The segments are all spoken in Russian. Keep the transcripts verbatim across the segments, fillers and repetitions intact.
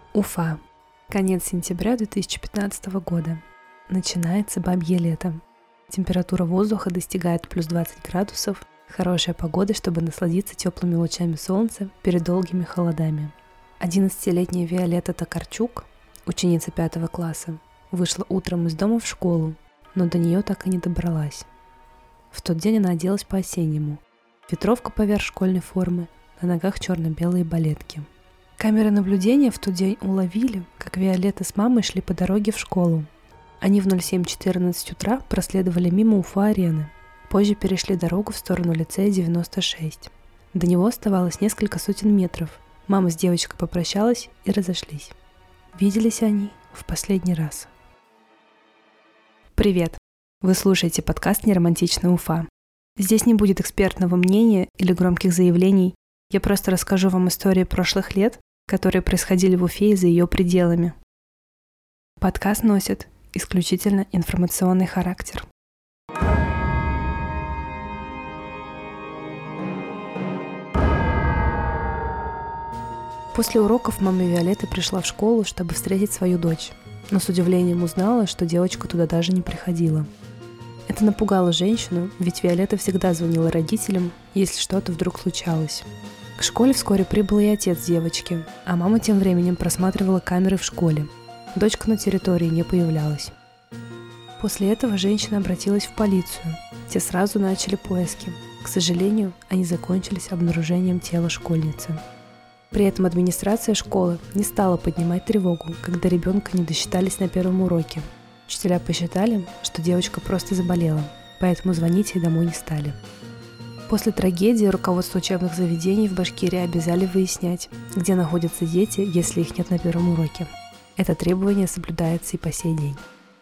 Уфа. Конец сентября две тысячи пятнадцатого года. Начинается бабье лето. Температура воздуха достигает плюс двадцать градусов. Хорошая погода, чтобы насладиться теплыми лучами солнца перед долгими холодами. одиннадцатилетняя Виолетта Токарчук, ученица пятого класса, вышла утром из дома в школу, но до нее так и не добралась. В тот день она оделась по-осеннему. Ветровка поверх школьной формы, на ногах черно-белые балетки. Камеры наблюдения в тот день уловили, как Виолетта с мамой шли по дороге в школу. Они в ноль семь четырнадцать утра проследовали мимо Уфа-арены. Позже перешли дорогу в сторону лицея девяносто шесть. До него оставалось несколько сотен метров. Мама с девочкой попрощалась и разошлись. Виделись они в последний раз. Привет! Вы слушаете подкаст «Неромантичная Уфа». Здесь не будет экспертного мнения или громких заявлений. Я просто расскажу вам истории прошлых лет, которые происходили в Уфе и за ее пределами. Подкаст носит исключительно информационный характер. После уроков мама Виолетты пришла в школу, чтобы встретить свою дочь, но с удивлением узнала, что девочка туда даже не приходила. Это напугало женщину, ведь Виолетта всегда звонила родителям, если что-то вдруг случалось. К школе вскоре прибыл и отец девочки, а мама тем временем просматривала камеры в школе. Дочка на территории не появлялась. После этого женщина обратилась в полицию. Те сразу начали поиски. К сожалению, они закончились обнаружением тела школьницы. При этом администрация школы не стала поднимать тревогу, когда ребенка не досчитались на первом уроке. Учителя посчитали, что девочка просто заболела, поэтому звонить ей домой не стали. После трагедии руководство учебных заведений в Башкирии обязали выяснять, где находятся дети, если их нет на первом уроке. Это требование соблюдается и по сей день.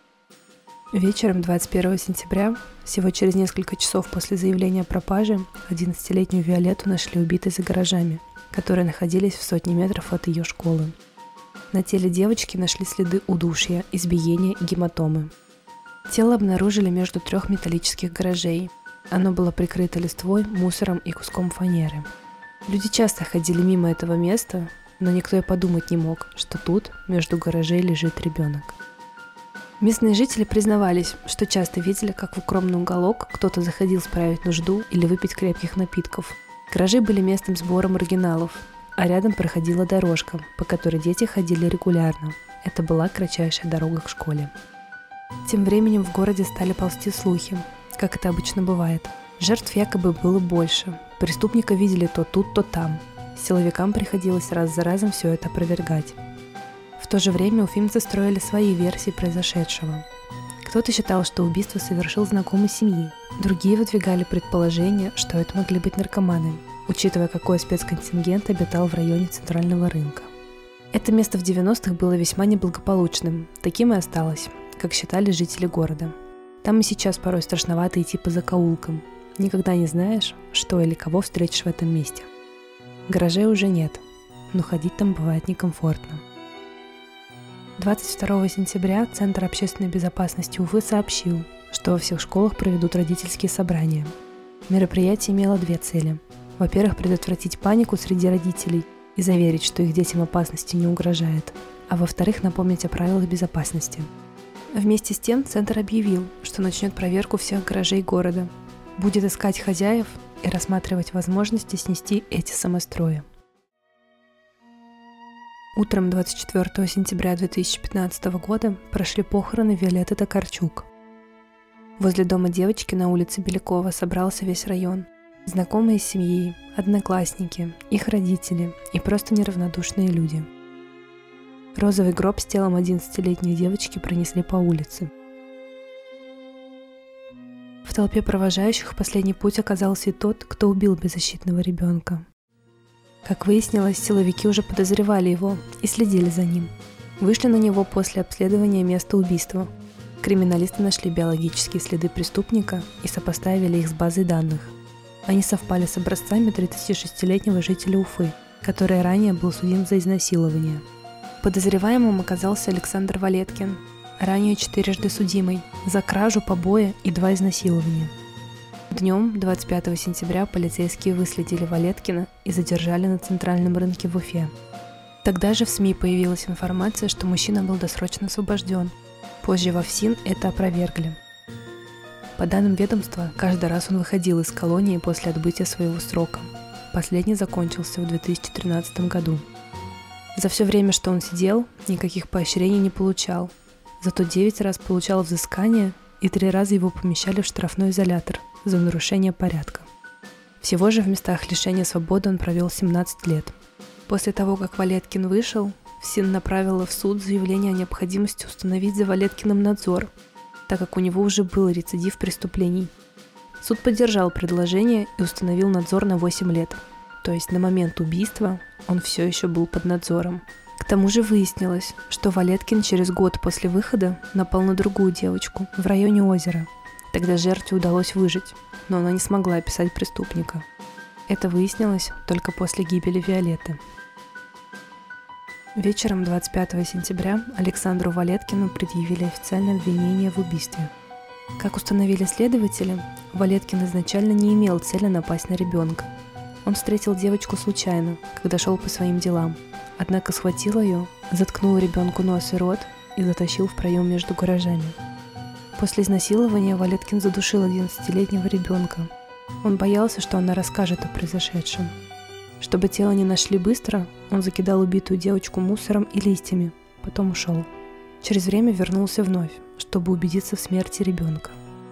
Вечером двадцать первого сентября, всего через несколько часов после заявления о пропаже, одиннадцатилетнюю Виолетту нашли убитой за гаражами, которые находились в сотне метров от ее школы. На теле девочки нашли следы удушья, избиения и гематомы. Тело обнаружили между трех металлических гаражей. Оно было прикрыто листвой, мусором и куском фанеры. Люди часто ходили мимо этого места, но никто и подумать не мог, что тут, между гаражей, лежит ребенок. Местные жители признавались, что часто видели, как в укромный уголок кто-то заходил справить нужду или выпить крепких напитков. Гаражи были местом сбора маргиналов, а рядом проходила дорожка, по которой дети ходили регулярно. Это была кратчайшая дорога к школе. Тем временем в городе стали ползти слухи, как это обычно бывает. Жертв якобы было больше. Преступника видели то тут, то там. Силовикам приходилось раз за разом все это опровергать. В то же время уфимцы строили свои версии произошедшего. Кто-то считал, что убийство совершил знакомый семьи. Другие выдвигали предположение, что это могли быть наркоманы, учитывая, какой спецконтингент обитал в районе центрального рынка. Это место в девяностых было весьма неблагополучным, таким и осталось, как считали жители города. Там и сейчас порой страшновато идти по закоулкам. Никогда не знаешь, что или кого встретишь в этом месте. Гаражей уже нет, но ходить там бывает некомфортно. двадцать второго сентября Центр общественной безопасности Уфы сообщил, что во всех школах проведут родительские собрания. Мероприятие имело две цели. Во-первых, предотвратить панику среди родителей и заверить, что их детям опасности не угрожает. А во-вторых, напомнить о правилах безопасности. Вместе с тем Центр объявил, что начнет проверку всех гаражей города, будет искать хозяев и рассматривать возможности снести эти самострои. Утром двадцать четвёртого сентября две тысячи пятнадцатого года прошли похороны Виолетты Токарчук. Возле дома девочки на улице Белякова собрался весь район. Знакомые семьи, одноклассники, их родители и просто неравнодушные люди. Розовый гроб с телом одиннадцатилетней девочки пронесли по улице. В толпе провожающих в последний путь оказался и тот, кто убил беззащитного ребенка. Как выяснилось, силовики уже подозревали его и следили за ним. Вышли на него после обследования места убийства. Криминалисты нашли биологические следы преступника и сопоставили их с базой данных. Они совпали с образцами тридцатишестилетнего жителя Уфы, который ранее был судим за изнасилование. Подозреваемым оказался Александр Валеткин, ранее четырежды судимый за кражу, побои и два изнасилования. Днем двадцать пятого сентября полицейские выследили Валеткина и задержали на центральном рынке в Уфе. Тогда же в СМИ появилась информация, что мужчина был досрочно освобожден. Позже во ФСИН это опровергли. По данным ведомства, каждый раз он выходил из колонии после отбытия своего срока. Последний закончился в две тысячи тринадцатом году. За все время, что он сидел, никаких поощрений не получал. Зато девять раз получал взыскание, и три раза его помещали в штрафной изолятор за нарушение порядка. Всего же в местах лишения свободы он провел семнадцать лет. После того, как Валеткин вышел, ФСИН направила в суд заявление о необходимости установить за Валеткиным надзор, так как у него уже был рецидив преступлений. Суд поддержал предложение и установил надзор на восемь лет. То есть на момент убийства он все еще был под надзором. К тому же выяснилось, что Валеткин через год после выхода напал на другую девочку в районе озера. Тогда жертве удалось выжить, но она не смогла описать преступника. Это выяснилось только после гибели Виолетты. Вечером двадцать пятого сентября Александру Валеткину предъявили официальное обвинение в убийстве. Как установили следователи, Валеткин изначально не имел цели напасть на ребенка. Он встретил девочку случайно, когда шел по своим делам, однако схватил ее, заткнул ребенку нос и рот и затащил в проем между гаражами. После изнасилования Валеткин задушил одиннадцатилетнего ребенка. Он боялся, что она расскажет о произошедшем. Чтобы тело не нашли быстро, он закидал убитую девочку мусором и листьями, потом ушел. Через время вернулся вновь, чтобы убедиться в смерти ребенка.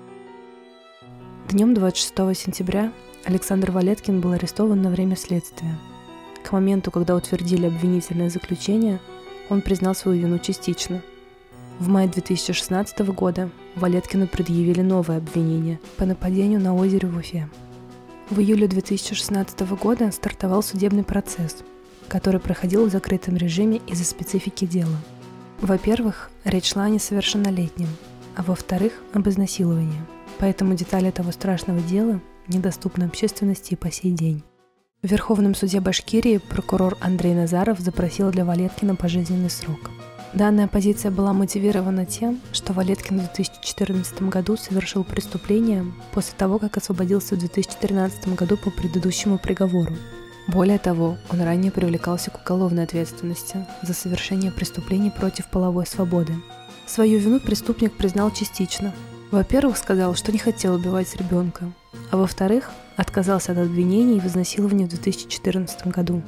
Днем двадцать шестого сентября Александр Валеткин был арестован на время следствия. К моменту, когда утвердили обвинительное заключение, он признал свою вину частично. В мае две тысячи шестнадцатого года Валеткину предъявили новое обвинение по нападению на озере в Уфе. В июле две тысячи шестнадцатого года стартовал судебный процесс, который проходил в закрытом режиме из-за специфики дела. Во-первых, речь шла о несовершеннолетнем, а во-вторых, об изнасиловании. Поэтому детали того страшного дела недоступны общественности и по сей день. В Верховном суде Башкирии прокурор Андрей Назаров запросил для Валеткина пожизненный срок. Данная позиция была мотивирована тем, что Валеткин в две тысячи четырнадцатом году совершил преступление после того, как освободился в две тысячи тринадцатом году по предыдущему приговору. Более того, он ранее привлекался к уголовной ответственности за совершение преступлений против половой свободы. Свою вину преступник признал частично. Во-первых, сказал, что не хотел убивать ребенка, а во-вторых, отказался от обвинений в изнасиловании в две тысячи четырнадцатом году.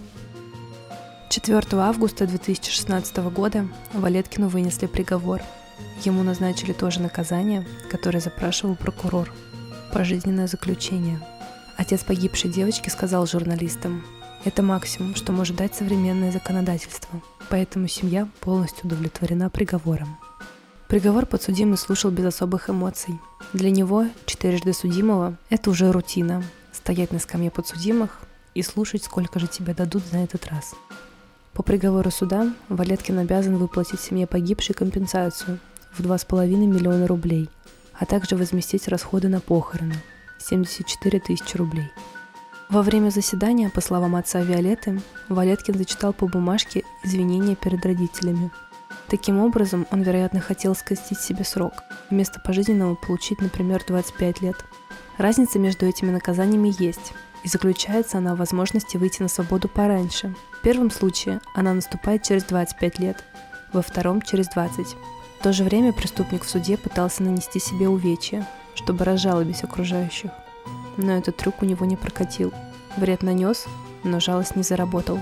четвёртого августа две тысячи шестнадцатого года Валеткину вынесли приговор. Ему назначили то же наказание, которое запрашивал прокурор – пожизненное заключение. Отец погибшей девочки сказал журналистам: «Это максимум, что может дать современное законодательство, поэтому семья полностью удовлетворена приговором». Приговор подсудимый слушал без особых эмоций. Для него, четырежды судимого, это уже рутина – стоять на скамье подсудимых и слушать, сколько же тебе дадут за этот раз. По приговору суда Валеткин обязан выплатить семье погибшей компенсацию в два с половиной миллиона рублей, а также возместить расходы на похороны – семьдесят четыре тысячи рублей. Во время заседания, по словам отца Виолетты, Валеткин зачитал по бумажке извинения перед родителями. Таким образом, он, вероятно, хотел скостить себе срок, вместо пожизненного получить, например, двадцать пять лет. Разница между этими наказаниями есть, и заключается она в возможности выйти на свободу пораньше. В первом случае она наступает через двадцать пять лет, во втором – через двадцать. В то же время преступник в суде пытался нанести себе увечья, чтобы разжалобить окружающих. Но этот трюк у него не прокатил. Вред нанес, но жалость не заработал.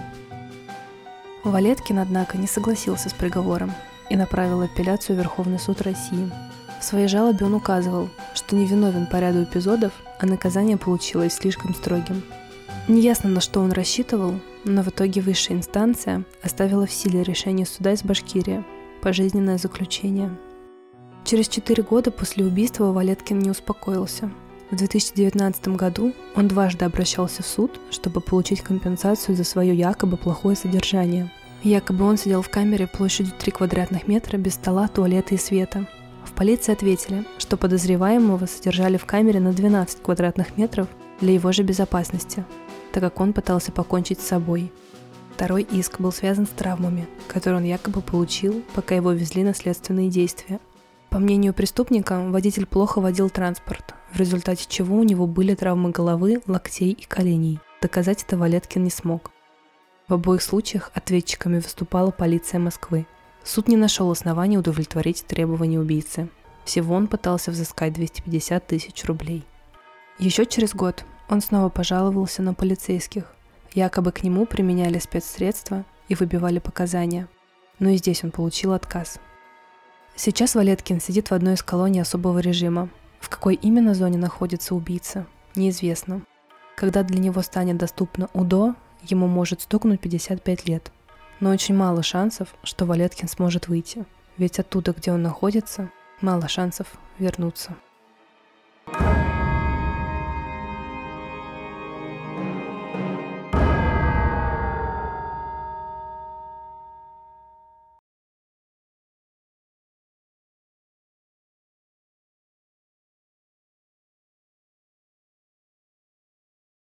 Валеткин, однако, не согласился с приговором и направил апелляцию в Верховный суд России. В своей жалобе он указывал, что невиновен по ряду эпизодов, а наказание получилось слишком строгим. Неясно, на что он рассчитывал, но в итоге высшая инстанция оставила в силе решение суда из Башкирии – пожизненное заключение. Через четыре года после убийства Валеткин не успокоился. В две тысячи девятнадцатом году он дважды обращался в суд, чтобы получить компенсацию за свое якобы плохое содержание. Якобы он сидел в камере площадью три квадратных метра без стола, туалета и света. В полиции ответили, что подозреваемого содержали в камере на двенадцать квадратных метров для его же безопасности, так как он пытался покончить с собой. Второй иск был связан с травмами, которые он якобы получил, пока его везли на следственные действия. По мнению преступника, водитель плохо водил транспорт, в результате чего у него были травмы головы, локтей и коленей. Доказать это Валеткин не смог. В обоих случаях ответчиками выступала полиция Москвы. Суд не нашел оснований удовлетворить требования убийцы. Всего он пытался взыскать двести пятьдесят тысяч рублей. Еще через год он снова пожаловался на полицейских. Якобы к нему применяли спецсредства и выбивали показания. Но и здесь он получил отказ. Сейчас Валеткин сидит в одной из колоний особого режима. В какой именно зоне находится убийца, неизвестно. Когда для него станет доступно УДО, ему может стукнуть пятьдесят пять лет. Но очень мало шансов, что Валеткин сможет выйти. Ведь оттуда, где он находится, мало шансов вернуться.